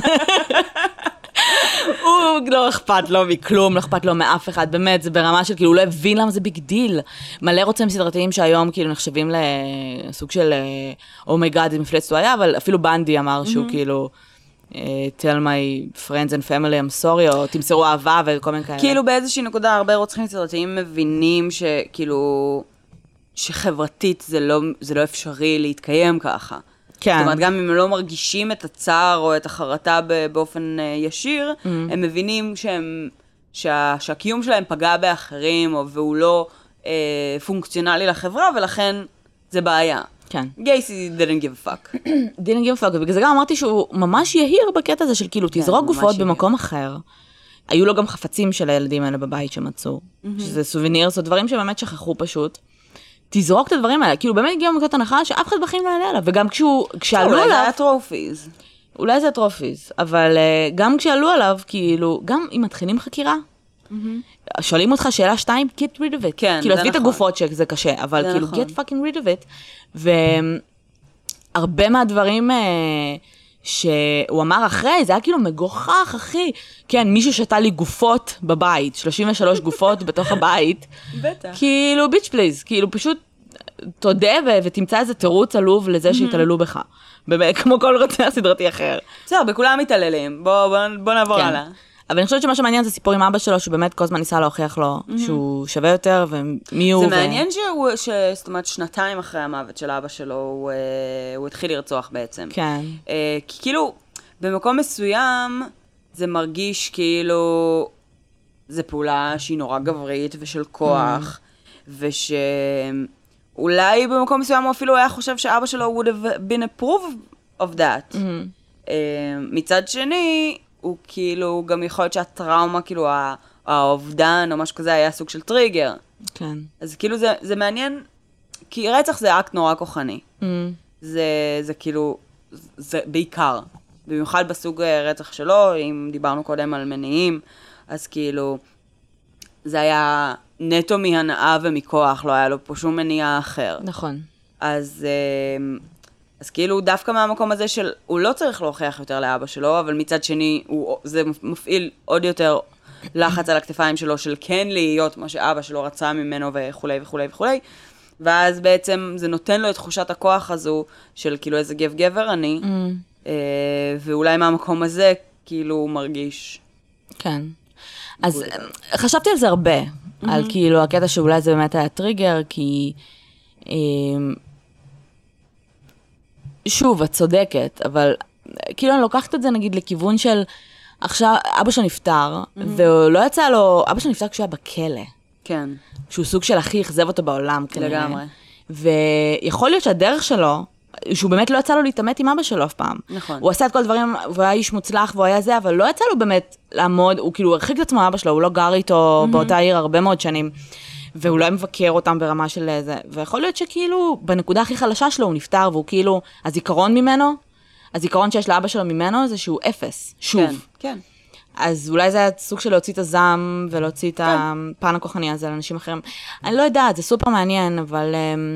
הוא לא אכפת לו מכלום, לא אכפת לו מאף אחד, באמת, זה ברמה של כאילו, הוא לא הבין למה זה ביג דיל. מלא רוצים סדרתיים שהיום כאילו נחשבים לסוג של, אומייגאד, זה מפלצת הוא היה, אבל אפילו בנדי אמר שהוא כאילו, tell my friends and family I'm sorry, או תמסרו אהבה וכל מיני כאלה. כאילו באיזושהי נקודה, הרבה רוצחים סדרתיים מבינים שכאילו, שחברתית זה לא אפשרי להתקיים ככה. כן. זאת אומרת, גם אם הם לא מרגישים את הצער או את החרטה באופן ישיר, הם מבינים שהקיום שלהם פגע באחרים, והוא לא פונקציונלי לחברה, ולכן זה בעיה. כן. גייסי didn't give a fuck. didn't give a fuck, ובגלל זה גם אמרתי שהוא ממש יהיר בקטע הזה של כאילו, תזרוק גופות במקום אחר. היו לו גם חפצים של הילדים האלה בבית שמצאו, שזה סובינירס או דברים שבאמת שכחו פשוט. תזרוק את הדברים האלה, כאילו באמת הגיעו מכות הנחה שאף אחד בחיים לא יעלה עליו, וגם כשעלו עליו... אולי זה היה טרופיז. אולי זה טרופיז, אבל גם כשעלו עליו, כאילו, גם אם מתחילים חקירה, שואלים אותך שאלה 2, get rid of it. כן, כאילו, עזבי את הגופות שזה קשה, אבל כאילו, get fucking rid of it. והרבה מהדברים שהוא אמר אחרי, זה היה כאילו מגוחך, אחי. כן, מישהו שתה לי גופות בבית, 33 גופות בתוך הבית. בטח. כאילו, ביץ' פליז, כאילו פשוט תודה ותמצא איזה תירוץ עלוב לזה שהתעללו בך. באמת, כמו כל רוצח סדרתי אחר. בסדר, בכולם מתעללים. בוא נעבור הלאה. אבל אני חושבת שמה שמעניין זה סיפור עם אבא שלו, שהוא באמת כל הזמן ניסה להוכיח לו שהוא שווה יותר, ומי הוא. זה מעניין זאת אומרת, שנתיים אחרי המוות של אבא שלו, הוא התחיל לרצוח בעצם. כן. כי כאילו, במקום מסוים, זה מרגיש כאילו, זה פעולה שהיא נורא גברית ושל כוח, ושאולי במקום מסוים הוא אפילו היה חושב שאבא שלו would have been approve of that. מצד שני, הוא כאילו, גם יכול להיות שהטראומה, כאילו האובדן או משהו כזה היה סוג של טריגר. כן. אז כאילו זה מעניין, כי רצח זה אקט נורא כוחני. זה כאילו, זה בעיקר. במיוחד בסוג רצח שלו, אם דיברנו קודם על מניעים, אז כאילו, זה היה נטו מהנאה ומכוח, לא היה לו פה שום מניע אחר. נכון. אז כאילו דווקא מהמקום הזה של, הוא לא צריך להוכיח יותר לאבא שלו, אבל מצד שני, זה מפעיל עוד יותר לחץ על הכתפיים שלו, של כן להיות מה שאבא שלו רצה ממנו וכולי וכולי וכולי, ואז בעצם זה נותן לו את תחושת הכוח הזו, של כאילו איזה גבר אני, ואולי מהמקום הזה, כאילו הוא מרגיש. כן. אז חשבתי על זה הרבה, על כאילו הקטע שאולי זה באמת היה טריגר, כי שוב, את צודקת, אבל כאילו אני לוקחת את זה נגיד לכיוון של, עכשיו אבא שלו נפטר, ולא יצא לו, אבא שלו נפטר כשהוא היה בכלא. כן. שהוא סוג של הכי אכזב אותו בעולם. לגמרי. ויכול להיות שהדרך שלו, שהוא באמת לא יצא לו להתעמת עם אבא שלו אף פעם. נכון. הוא עשה את כל הדברים, והוא היה איש מוצלח, והוא היה זה, אבל לא יצא לו באמת לעמוד, הוא כאילו הרחיק את עצמו מאבא שלו, הוא לא גר איתו באותה עיר הרבה מאוד שנים, והוא לא היה מבקר אותם ברמה של זה, ויכול להיות שכאילו, בנקודה הכי חלשה שלו הוא נפטר, והוא כאילו, הזיכרון שיש לאבא שלו ממנו, זה שהוא אפס, שוב. כן, כן. אז אולי זה היה סוג של להוציא את הזעם, ולהוציא את הפן הכוחני הזה לאנשים אחרים. אני לא יודעת, זה סופר מעניין, אבל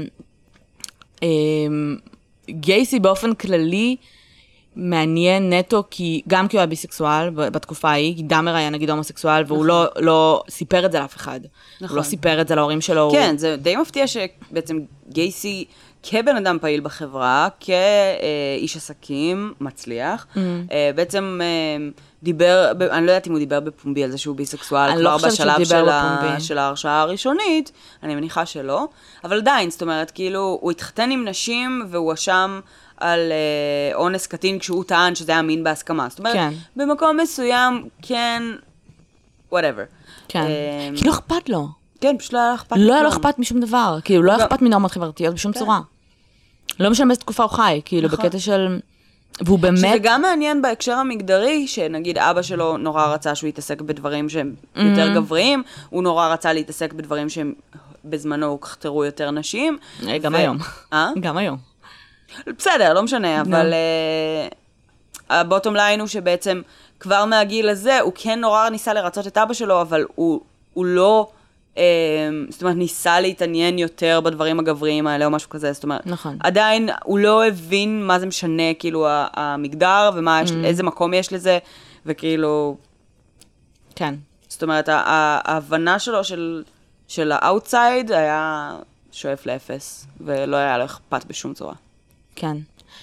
גייסי באופן כללי מעניין נטו, גם כי הוא היה ביסקסואל בתקופה ההיא, כי דאמר היה נגיד הומוסקסואל, והוא לא סיפר את זה לאף אחד. הוא לא סיפר את זה להורים שלו. כן, זה די מפתיע שבעצם גייסי, כבן אדם פעיל בחברה, כאיש עסקים מצליח, בעצם דיבר, אני לא יודעת אם הוא דיבר בפומבי על זה שהוא ביסקסואל, כבר בשלב של ההרשעה הראשונית, אני מניחה שלא, אבל עדיין, זאת אומרת, כאילו, הוא התחתן עם נשים, והוא אשם על אונס קטין כשהוא טען שזה היה מין בהסכמה. זאת אומרת, במקום מסוים, כן, whatever. כן, כי לא אכפת לו. כן, פשוט לא היה אכפת. לא היה לו אכפת משום דבר, כאילו, לא היה אכפת מנורמות חברתיות בשום צורה. לא משנה באיזו תקופה הוא חי, כאילו, בקטע של... והוא באמת... שזה גם מעניין בהקשר המגדרי, שנגיד אבא שלו נורא רצה שהוא יתעסק בדברים שהם יותר גבריים, הוא נורא רצה להתעסק בדברים שהם בזמנו הוכתרו יותר נשים. גם היום. גם היום. בסדר, לא משנה, אבל הבוטום ליין הוא שבעצם כבר מהגיל הזה, הוא כן נורא ניסה לרצות את אבא שלו, אבל הוא לא... זאת אומרת, ניסה להתעניין יותר בדברים הגבריים האלה או משהו כזה, זאת אומרת, נכון. עדיין הוא לא הבין מה זה משנה, כאילו, המגדר, ואיזה מקום יש לזה, וכאילו... כן. זאת אומרת, ההבנה שלו של האוטסייד היה שואף לאפס, ולא היה לו אכפת בשום צורה. כן.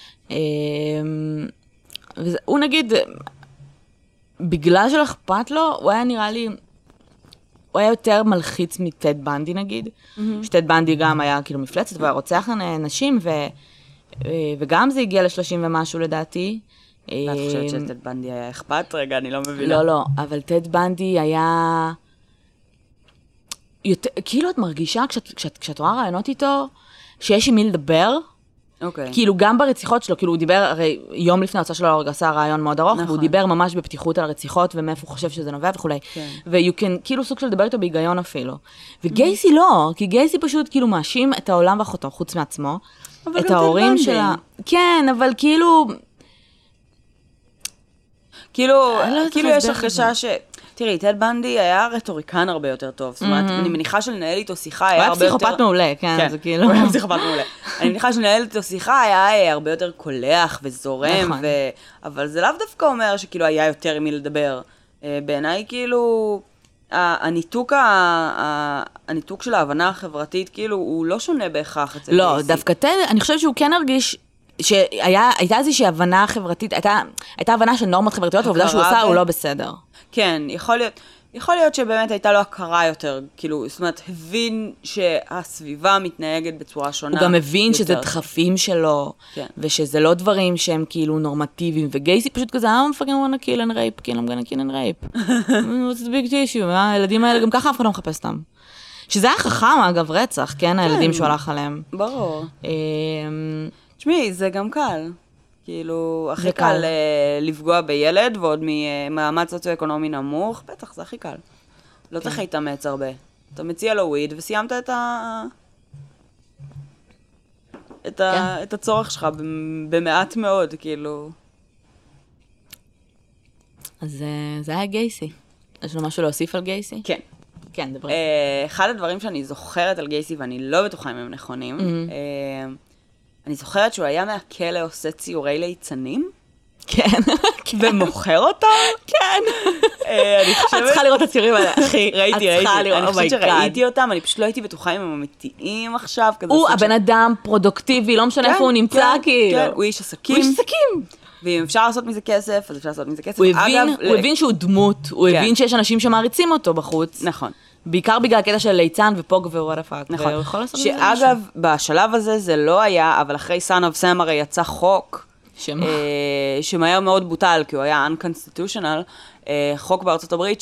הוא נגיד, בגלל שלא אכפת לו, הוא היה נראה לי... הוא היה יותר מלחיץ מטד בנדי נגיד, שטד בנדי גם היה כאילו מפלצת, והוא היה רוצח נשים, וגם זה הגיע ל30 ומשהו לדעתי. ואת חושבת שטד בנדי היה אכפת? רגע, אני לא מבינה. לא, אבל טד בנדי היה... כאילו את מרגישה, כשאת רואה רעיונות איתו, שיש עם מי לדבר, כאילו גם ברציחות שלו, כאילו הוא דיבר, הרי יום לפני ההוצאה שלו עשה רעיון מאוד ארוך, והוא דיבר ממש בפתיחות על הרציחות, ומאיפה הוא חושב שזה נובע וכו'. כאילו סוג של לדבר איתו בהיגיון אפילו. וגייסי לא, כי גייסי פשוט כאילו מאשים את העולם ואחותו, חוץ מעצמו. את ההורים שלה. כן, אבל כאילו... כאילו יש הרגשה ש... תראי, טד בנדי היה רטוריקן הרבה יותר טוב, זאת אומרת, אני מניחה שלנהל איתו שיחה היה הרבה יותר... הוא היה פסיכופת מעולה, כן, זה כאילו... הוא היה פסיכופת מעולה. אני מניחה שלנהל איתו שיחה היה הרבה יותר קולח וזורם, אבל זה לאו דווקא אומר שכאילו היה יותר עם מי לדבר. בעיניי כאילו, הניתוק של ההבנה החברתית, כאילו, הוא לא שונה בהכרח אצל גייסי. לא, דווקא טד, אני חושבת שהוא כן הרגיש שהייתה איזושהי הבנה חברתית, הייתה הבנה של נורמות חברתיות, והעובדה שהוא עושה הוא לא בסדר. כן, יכול להיות שבאמת הייתה לו הכרה יותר, כאילו, זאת אומרת, הבין שהסביבה מתנהגת בצורה שונה. הוא גם הבין שזה דחפים שלו, כן. ושזה לא דברים שהם כאילו נורמטיביים, וגייסי פשוט כזה, I'm fucking wanna kill and rape, kill, I'm gonna kill and rape. What's the big issue? הילדים האלה גם ככה אף אחד לא מחפש אותם. שזה היה חכם, אגב, רצח, כן, הילדים שהוא הלך עליהם. ברור. תשמעי, זה גם קל. כאילו, הכי קל לפגוע בילד, ועוד ממעמד סוציו-אקונומי נמוך, בטח, זה הכי קל. לא צריך להתאמץ הרבה. אתה מציע לו וויד, וסיימת את הצורך שלך במעט מאוד, כאילו. אז זה היה גייסי. יש לו משהו להוסיף על גייסי? כן. כן, דברי. אחד הדברים שאני זוכרת על גייסי, ואני לא בטוחה אם הם נכונים, אני זוכרת שהוא היה מהכלא עושה ציורי ליצנים. כן. ומוכר אותם? כן. אני חושבת... את צריכה לראות את הציורים האלה, אחי. ראיתי. אני חושבת שראיתי אותם, אני פשוט לא הייתי בטוחה אם הם אמיתיים עכשיו. הוא הבן אדם פרודוקטיבי, לא משנה איפה הוא נמצא, כאילו. כן, הוא איש עסקים. הוא איש עסקים. ואם אפשר לעשות מזה כסף, אז אפשר לעשות מזה כסף. הוא הבין שהוא דמות, הוא הבין שיש אנשים שמעריצים אותו בחוץ. נכון. בעיקר בגלל הקטע של ליצן ופוג ווואטאפאק. נכון. שאגב, בשלב הזה זה לא היה, אבל אחרי Son of Sam הרי יצא חוק, שמהר מאוד בוטל, כי הוא היה unconstitutional, חוק בארצות הברית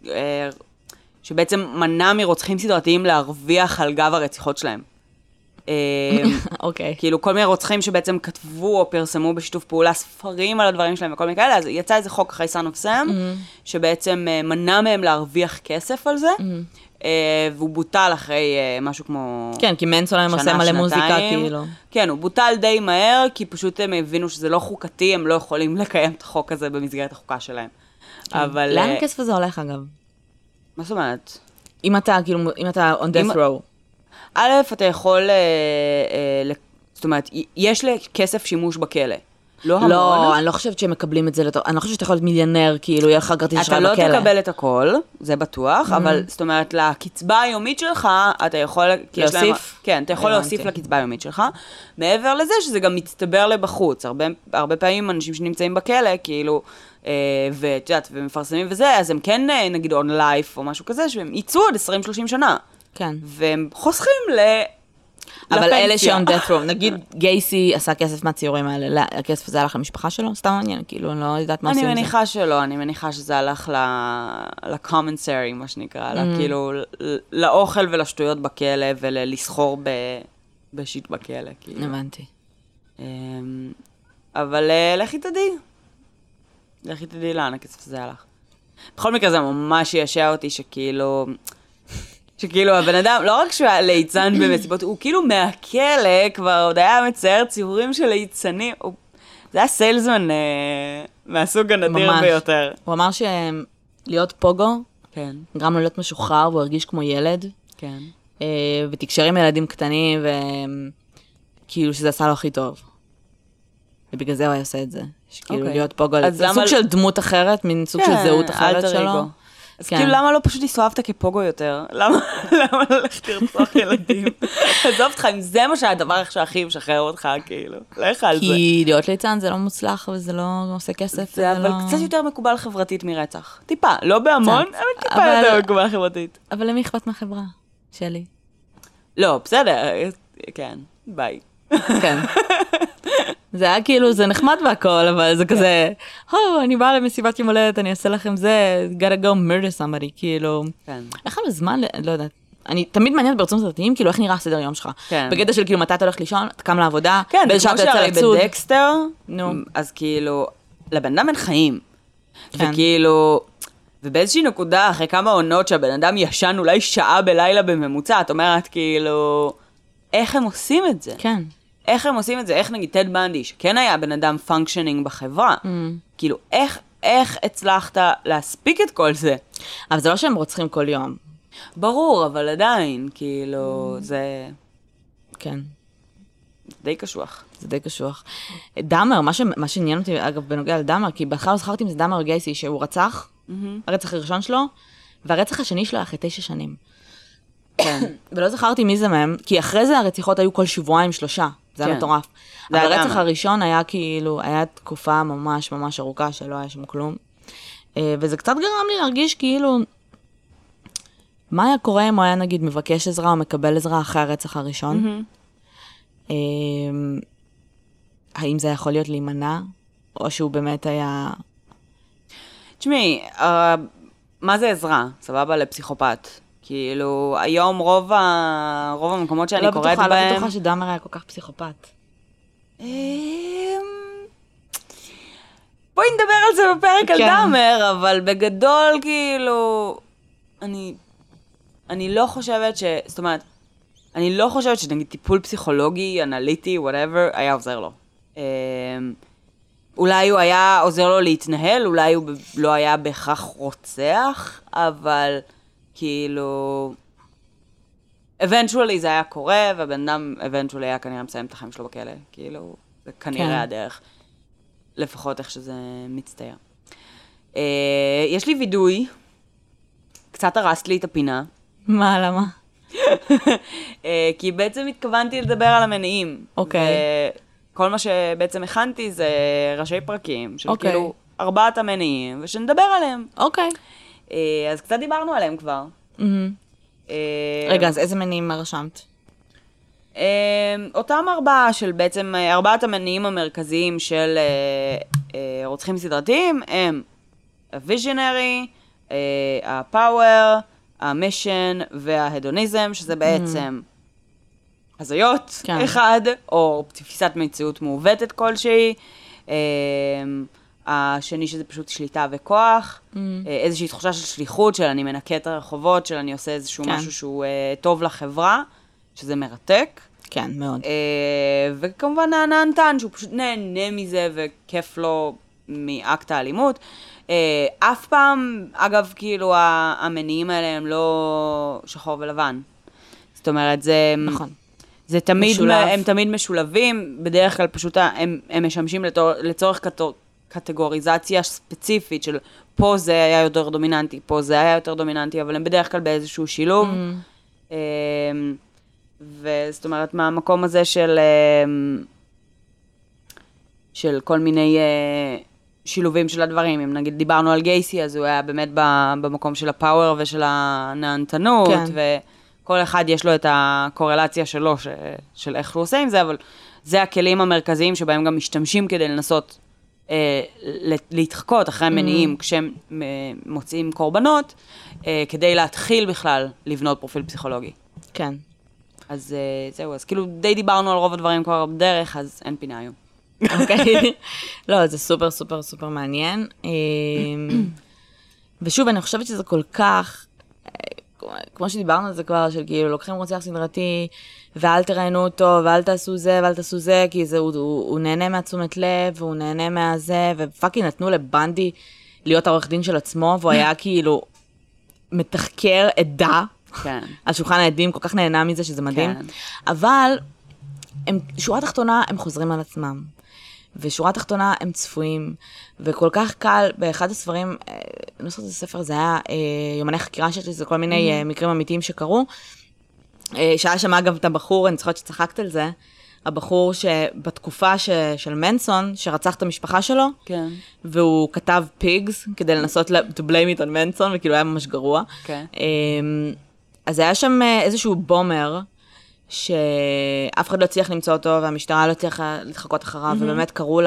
שבעצם מנע מרוצחים סדרתיים להרוויח על גב הרציחות שלהם. אוקיי. כאילו כל מיני רוצחים שבעצם כתבו או פרסמו בשיתוף פעולה ספרים על הדברים שלהם וכל מיני כאלה, אז יצא איזה חוק אחרי Son of Sam, שבעצם מנע מהם להרוויח כסף על זה, והוא בוטל אחרי משהו כמו כן, כי מנסון הם עושה מלא מוזיקה, כאילו. כן, הוא בוטל די מהר, כי פשוט הם הבינו שזה לא חוקתי, הם לא יכולים לקיים את החוק הזה במסגרת החוקה שלהם. אבל... לאן הכסף הזה הולך, אגב? מה זאת אומרת? אם אתה on death row. א', אתה יכול, זאת אומרת, יש לכסף שימוש בכלא. לא המון. לא, אני לא חושבת שהם מקבלים את זה, אני לא חושבת שאתה יכול להיות מיליונר, כאילו, יהיה לך כרטיס אשראי בכלא. אתה לא תקבל את הכל, זה בטוח, אבל זאת אומרת, לקצבה היומית שלך, אתה יכול... להוסיף? כן, אתה יכול להוסיף לקצבה היומית שלך. מעבר לזה, שזה גם מצטבר לבחוץ. הרבה פעמים אנשים שנמצאים בכלא, כאילו, ואת יודעת, ומפרסמים וזה, אז הם כן, נגיד, on life או משהו כזה, שהם ייצאו עוד 20-30 שנה. כן. והם חוסכים אבל אלה שעון death row, נגיד גייסי עשה כסף מהציורים האלה, הכסף הזה הלך למשפחה שלו? סתם מעניין, כאילו, אני לא יודעת מה עושים עם זה. אני מניחה שלא, אני מניחה שזה הלך לקומנסרי, מה שנקרא, כאילו, לאוכל ולשטויות בכלא, ולסחור בשיט בכלא, כאילו. הבנתי. אבל לכי תדעי לאן הכסף הזה הלך. בכל מקרה זה ממש ישע אותי שכאילו הבן אדם, לא רק שהוא היה ליצן במסיבות, הוא כאילו מהכלא כבר עוד היה מצייר ציורים של ליצנים, זה היה סיילזמן מהסוג הנדיר ביותר. הוא אמר שלהיות פוגו, כן. גם לא להיות משוחרר, והוא הרגיש כמו ילד, כן. ותקשר עם ילדים קטנים, וכאילו שזה עשה לו הכי טוב. ובגלל זה הוא היה עושה את זה. שכאילו להיות פוגו, זה סוג של דמות אחרת, מין סוג של זהות אחרת שלו. אז כאילו, למה לא פשוט הסתובבת כפוגו יותר? למה לא ללכת לרצוח ילדים? עזוב אותך, אם זה מה שהדבר שהכי משחרר אותך, כאילו, לך על זה. כי להיות ליצן זה לא מוצלח וזה לא עושה כסף. זה אבל קצת יותר מקובל חברתית מרצח. טיפה, לא בהמון, אבל טיפה יותר מקובל חברתית. אבל למי אכפת מהחברה שלי? לא, בסדר, כן, ביי. כן. זה היה כאילו, זה נחמד והכל, אבל זה כזה, אני באה למסיבת יום הולדת, אני אעשה לכם זה, gotta go murder somebody, כאילו. כן. איך לנו זמן, לא יודעת. אני תמיד מעניינת ברצון סרטיים, כאילו, איך נראה הסדר יום שלך. כן. בגדע של כאילו, מתי אתה הולך לישון, אתה קם לעבודה, כן, זה כמו שהרי בדקסטר, נו. אז כאילו, לבן אדם אין חיים. וכאילו, ובאיזושהי נקודה, אחרי כמה עונות שהבן אדם ישן אולי שעה בלילה בממוצע, את אומרת, כאילו, איך הם עושים את זה? כן. איך הם עושים את זה? איך נגיד טד בנדי, שכן היה בן אדם פונקשנינג בחברה, כאילו, איך הצלחת להספיק את כל זה? אבל זה לא שהם רוצחים כל יום. ברור, אבל עדיין, כאילו, זה... כן. די קשוח. זה די קשוח. דאמר, מה שעניין אותי, אגב, בנוגע לדאמר, כי בהתחלה לא זכרתי אם זה דאמר או גייסי, שהוא רצח, הרצח הראשון שלו, והרצח השני שלו אחרי 9 שנים. כן. ולא זכרתי מי זה מהם, כי אחרי זה הרציחות היו כל 2-3 שבועות. זה היה מטורף. אבל הרצח הראשון היה כאילו, היה תקופה ממש ממש ארוכה שלא היה שם כלום. וזה קצת גרם לי להרגיש כאילו, מה היה קורה אם הוא היה נגיד מבקש עזרה או מקבל עזרה אחרי הרצח הראשון? האם זה יכול להיות להימנע? או שהוא באמת היה... תשמעי, מה זה עזרה? סבבה לפסיכופת. כאילו, היום רוב המקומות שאני קוראת בהם... לא בטוחה שדאמר היה כל כך פסיכופת. בואי נדבר על זה בפרק על דאמר, אבל בגדול, כאילו... אני לא חושבת זאת אומרת, אני לא חושבת שנגיד טיפול פסיכולוגי, אנליטי, whatever, היה עוזר לו. אולי הוא היה עוזר לו להתנהל, אולי הוא לא היה בהכרח רוצח, אבל כאילו... eventually זה היה קורה, והבן אדם eventually היה כנראה מסיים את החיים שלו בכלא. כאילו, זה כנראה הדרך. לפחות איך שזה מצטייר. יש לי וידוי, קצת הרסת לי את הפינה. מה, למה? כי בעצם התכוונתי לדבר על המניעים. אוקיי. כל מה שבעצם הכנתי זה ראשי פרקים, של כאילו 4 המניעים, ושנדבר עליהם. אוקיי. אז קצת דיברנו עליהם כבר. רגע, אז איזה מניעים רשמת? אותם 4 של בעצם, 4 המניעים המרכזיים של רוצחים סדרתיים, הם הוויז'נרי, הפאוור, המישן וההדוניזם, שזה בעצם הזיות, אחד, או תפיסת מציאות מעוותת כלשהי, השני שזה פשוט שליטה וכוח, איזושהי תחושה של שליחות, של אני מנקה את הרחובות, של אני עושה איזשהו משהו שהוא טוב לחברה, שזה מרתק. כן, מאוד. וכמובן הנהנתן, שהוא פשוט נהנה מזה וכיף לו מאקט האלימות. אף פעם, אגב, כאילו, המניעים האלה הם לא שחור ולבן. זאת אומרת, זה... נכון. זה תמיד, הם תמיד משולבים, בדרך כלל פשוט הם משמשים לצורך קטגוריזציה ספציפית של פה זה היה יותר דומיננטי, פה זה היה יותר דומיננטי, אבל הם בדרך כלל באיזשהו שילוב. וזאת אומרת, מהמקום הזה של כל מיני שילובים של הדברים. אם נגיד דיברנו על גייסי, אז הוא היה באמת במקום של הפאוור ושל הנהנתנות, וכל אחד יש לו את הקורלציה שלו, של איך הוא עושה עם זה, אבל זה הכלים המרכזיים שבהם גם משתמשים כדי לנסות להתחקות אחרי מניעים כשהם מוצאים קורבנות, כדי להתחיל בכלל לבנות פרופיל פסיכולוגי. כן. אז זהו, אז כאילו די דיברנו על רוב הדברים כבר בדרך, אז אין פינה היום. אוקיי. לא, זה סופר סופר סופר מעניין. ושוב, אני חושבת שזה כל כך, כמו שדיברנו על זה כבר, של כאילו לוקחים רוצח סדרתי, ואל תראיינו אותו, ואל תעשו זה, ואל תעשו זה, כי זה, הוא נהנה מהתשומת לב, והוא נהנה מהזה, ופאקי נתנו לבנדי להיות העורך דין של עצמו, והוא היה כאילו מתחקר עדה, על שולחן העדים, כל כך נהנה מזה שזה מדהים. אבל שורה תחתונה, הם חוזרים על עצמם. ושורה תחתונה, הם צפויים. וכל כך קל, באחד הספרים, אני לא חושבת איזה ספר, זה היה יומני חקירה שלי, זה כל מיני מקרים אמיתיים שקרו. שהיה שם אגב את הבחור, אני זוכרת שצחקת על זה, הבחור שבתקופה של מנסון, שרצח את המשפחה שלו, והוא כתב פיגס, כדי לנסות to blame it on מנסון, וכאילו היה ממש גרוע. אז היה שם איזשהו בומר, שאף אחד לא הצליח למצוא אותו, והמשטרה לא הצליחה להתחקות אחריו, ובאמת קראו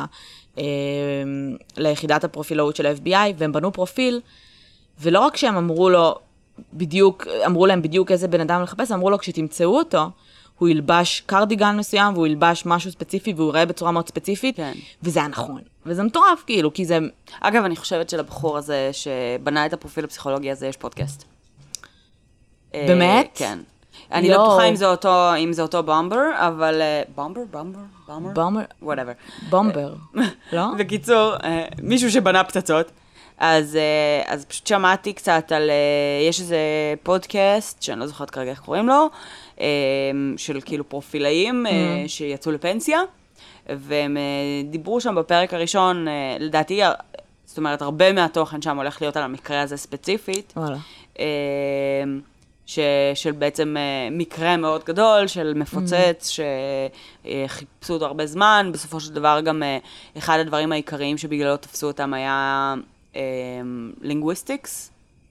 ליחידת הפרופילאות של ה-FBI, והם בנו פרופיל, ולא רק שהם אמרו להם בדיוק איזה בן אדם לחפש, אמרו לו, כשתמצאו אותו, הוא ילבש קרדיגן מסוים, והוא ילבש משהו ספציפי, והוא יראה בצורה מאוד ספציפית, וזה היה נכון. וזה מטורף, כאילו, כי זה... אגב, אני חושבת שלבחור הזה, שבנה את הפרופיל הפסיכולוגי הזה, יש פודקאסט. באמת? כן. אני לא בטוחה אם זה אותו בומבר, אבל... בומבר? whatever. בומבר, לא? בקיצור, מישהו שבנה פצצות, אז פשוט שמעתי קצת על... יש איזה פודקאסט, שאני לא זוכרת כרגע איך קוראים לו, של כאילו פרופילאים שיצאו לפנסיה, והם דיברו שם בפרק הראשון, לדעתי, זאת אומרת, הרבה מהתוכן שם הולך להיות על המקרה הזה ספציפית. וואלה. של בעצם מקרה מאוד גדול, של מפוצץ, שחיפשו אותו הרבה זמן. בסופו של דבר גם אחד הדברים העיקריים שבגללו תפסו אותם היה לינגוויסטיקס.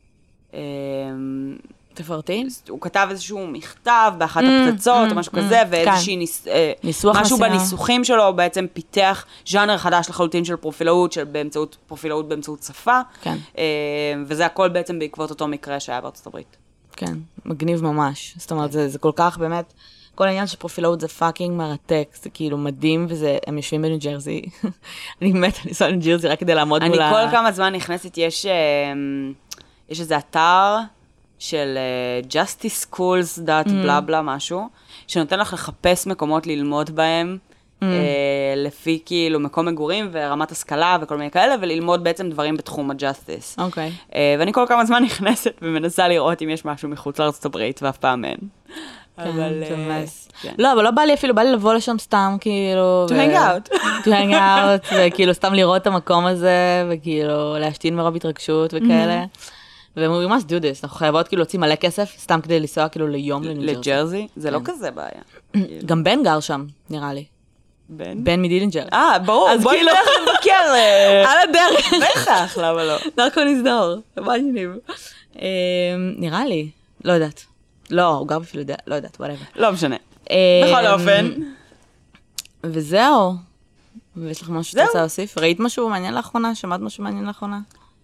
תפרטי? הוא כתב איזשהו מכתב באחת הפצצות או משהו כזה, ואיזושהי משהו בניסוחים שלו, הוא בעצם פיתח ז'אנר חדש לחלוטין של פרופילאות, פרופילאות באמצעות שפה, וזה הכל בעצם בעקבות אותו מקרה שהיה בארצות הברית. כן, מגניב ממש. זאת אומרת, זה כל כך באמת, כל העניין של פרופילאות זה פאקינג מרתק, זה כאילו מדהים, הם יושבים בניו ג'רזי. אני באמת, אני אסע לניו ג'רזי רק כדי לעמוד מול אני כל כמה זמן נכנסת, יש איזה אתר של justice schools, בלה בלה משהו, שנותן לך לחפש מקומות ללמוד בהם, לפי כאילו מקום מגורים ורמת השכלה וכל מיני כאלה, וללמוד בעצם דברים בתחום הג'סטיס. אוקיי. ואני כל כמה זמן נכנסת ומנסה לראות אם יש משהו מחוץ לארצות הברית, ואף פעם אין. אבל... לא, אבל לא בא לי אפילו, בא לי לבוא לשם סתם, כאילו... To hang out. To hang out, וכאילו סתם לראות את המקום הזה, וכאילו להשתין מרוב התרגשות וכאלה. והם ממש do this, אנחנו חייבות כאילו להוציא מלא כסף, סתם כדי לנסוע כאילו ליום לניו לג'רזי? זה לא כזה בעיה. גם בן גר שם, נראה לי. בן מדילינג'ר. ברור, בואי נלך לבקר. על הדרך. בטח, למה לא? דרכו נסדור, מעניינים. נראה לי, לא יודעת. לא, הוא גר בפילדלפיה, לא יודעת, whatever. לא משנה. בכל אופן. וזהו. ויש לך משהו שאתה רוצה להוסיף? ראית משהו מעניין לאחרונה? שמעת משהו מעניין לאחרונה?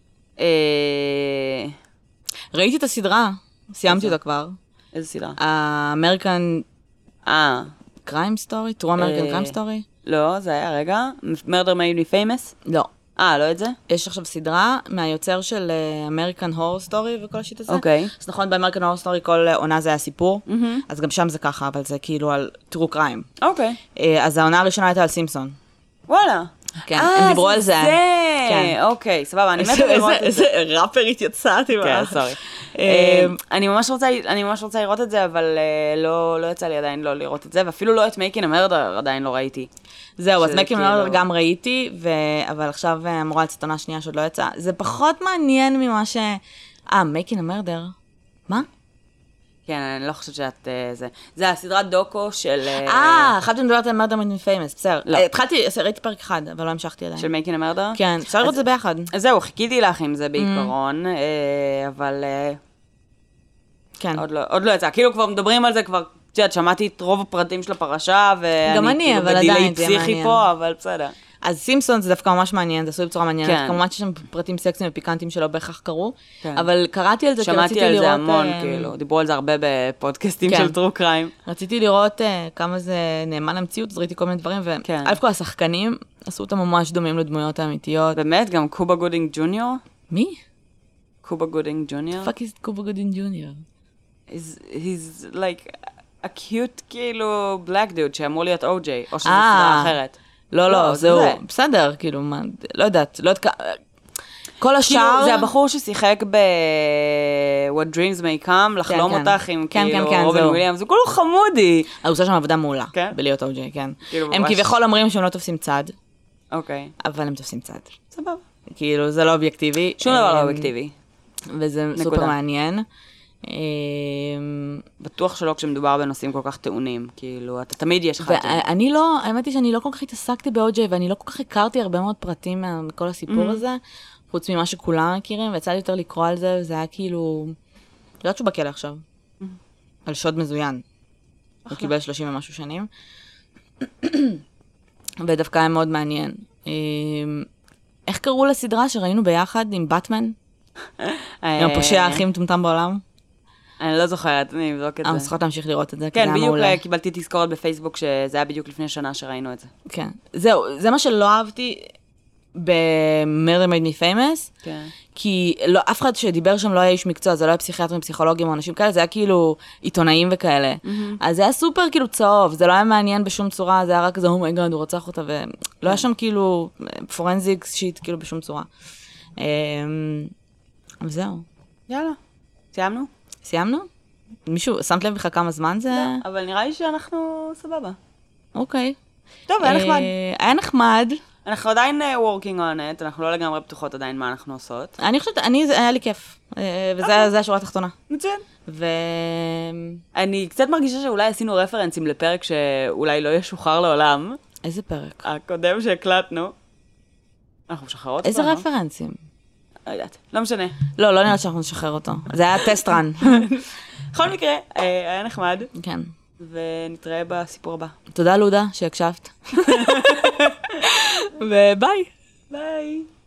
ראיתי את הסדרה, סיימתי אותה כבר. איזה סדרה? האמריקן... קריים סטורי? טרו אמריקן קריים סטורי? לא, זה היה רגע. Murder Made Me Famous? לא. לא את זה? יש עכשיו סדרה מהיוצר של אמריקן הורר סטורי וכל השיט הזה. אוקיי. אז נכון, באמריקן הורר סטורי כל עונה זה היה סיפור, אז גם שם זה ככה, אבל זה כאילו על טרו קריים. אוקיי. אז העונה הראשונה הייתה על סימפסון. וואלה. כן, הם דיברו על זה. כן, אוקיי, סבבה, אני מתה לראות את זה. איזה ראפרית יצאתי. כן, סורי. אני ממש רוצה לראות את זה, אבל לא יצא לי עדיין לא לראות את זה, ואפילו לא את מייקין המרדר עדיין לא ראיתי. זהו, אז מייקין המרדר גם ראיתי, אבל עכשיו אמורה לצאת עונה שנייה שעוד לא יצא. זה פחות מעניין ממה ש... מייקין המרדר? מה? כן, אני לא חושבת שאת זה הסדרת דוקו של... חשבתי לדברת על מרדר מייד מי פיימס, בסדר. התחלתי, ראיתי פרק אחד, אבל לא המשכתי עדיין. של מייקין המרדר? כן, אפשר לראות את זה ביחד. זהו, חיכיתי לך עם זה בעיקרון, אבל... כן. עוד לא יצא. כאילו כבר מדברים על זה, כבר, שמעתי את רוב הפרטים של הפרשה, ואני כאילו בדילי פסיכי פה, אבל בסדר. אז סימפסון זה דווקא ממש מעניין, זה עשוי בצורה מעניינת, כמובן שיש שם פרטים סקסיים ופיקנטיים שלא בהכרח קרו, אבל קראתי על זה כי רציתי לראות... שמעתי על זה המון, כאילו, דיברו על זה הרבה בפודקאסטים של טרו קריים. רציתי לראות כמה זה נאמן למציאות, אז ראיתי כל מיני דברים, ואלף כל השחקנים עשו אותם ממש דומים לדמויות האמיתיות. באמת? גם קובה גודינג ג'וניור? מי? קובה גודינג ג'וניור? פאק איז קובה גודינג ג'וניור? He's like a cute, כאילו, black dude שאמור להיות אוג'יי, או שזו סדרה אחרת. לא, זהו, בסדר, כאילו, לא יודעת, כל השאר... זה הבחור ששיחק ב-What Dreams May Come, לחלום אותך עם כאילו רובין וויליאמס, זה כולו חמודי. הוא עושה שם עבודה מעולה, בלהיות אוג'יי, כן. הם כביכול אומרים שהם לא תופסים צד, אבל הם תופסים צד. סבבה. כאילו, זה לא אובייקטיבי. שום דבר לא אובייקטיבי. וזה סופר מעניין. בטוח שלא כשמדובר בנושאים כל כך טעונים, כאילו, אתה תמיד יש לך... ואני לא, האמת היא שאני לא כל כך התעסקתי באוג'יי, ואני לא כל כך הכרתי הרבה מאוד פרטים מכל הסיפור הזה, חוץ ממה שכולם מכירים, ויצא לי יותר לקרוא על זה, וזה היה כאילו... יודעת שהוא בכלא עכשיו, על שוד מזוין. הוא קיבל 30 ומשהו שנים. ודווקא היה מאוד מעניין. איך קראו לסדרה שראינו ביחד עם באטמן? עם הפושע הכי מטומטם בעולם? אני לא זוכרת, אני אבדוק את זה. אני צריכה להמשיך לראות את זה, כי זה היה מעולה. מעולה. כן, בדיוק קיבלתי תזכורת בפייסבוק שזה היה בדיוק לפני שנה שראינו את זה. כן. זהו, זה מה שלא אהבתי ב-Murder Made Me Famous, כי אף אחד שדיבר שם לא היה איש מקצוע, זה לא היה פסיכיאטרים, פסיכולוגים או אנשים כאלה, זה היה כאילו עיתונאים וכאלה. אז זה היה סופר כאילו צהוב, זה לא היה מעניין בשום צורה, זה היה רק כזה, אומייגאד, הוא רצח אותה, ולא היה שם כאילו פורנזיק שיט כאילו בשום צורה. וזהו. יאללה, סיימנו? סיימנו? מישהו, שמת לב לך כמה זמן זה? לא, אבל נראה לי שאנחנו סבבה. אוקיי. טוב, היה נחמד. היה נחמד. אנחנו עדיין working on it, אנחנו לא לגמרי בטוחות עדיין מה אנחנו עושות. אני חושבת, היה לי כיף, וזה השורה התחתונה. מצוין. אני קצת מרגישה שאולי עשינו רפרנסים לפרק שאולי לא ישוחרר לעולם. איזה פרק? הקודם שהקלטנו. אנחנו משחררות אותו? איזה רפרנסים? לא יודעת, לא משנה. לא נראה שאנחנו נשחרר אותו. זה היה טסט רן. בכל מקרה, היה נחמד. כן. ונתראה בסיפור הבא. תודה לודה שהקשבת. וביי. ביי.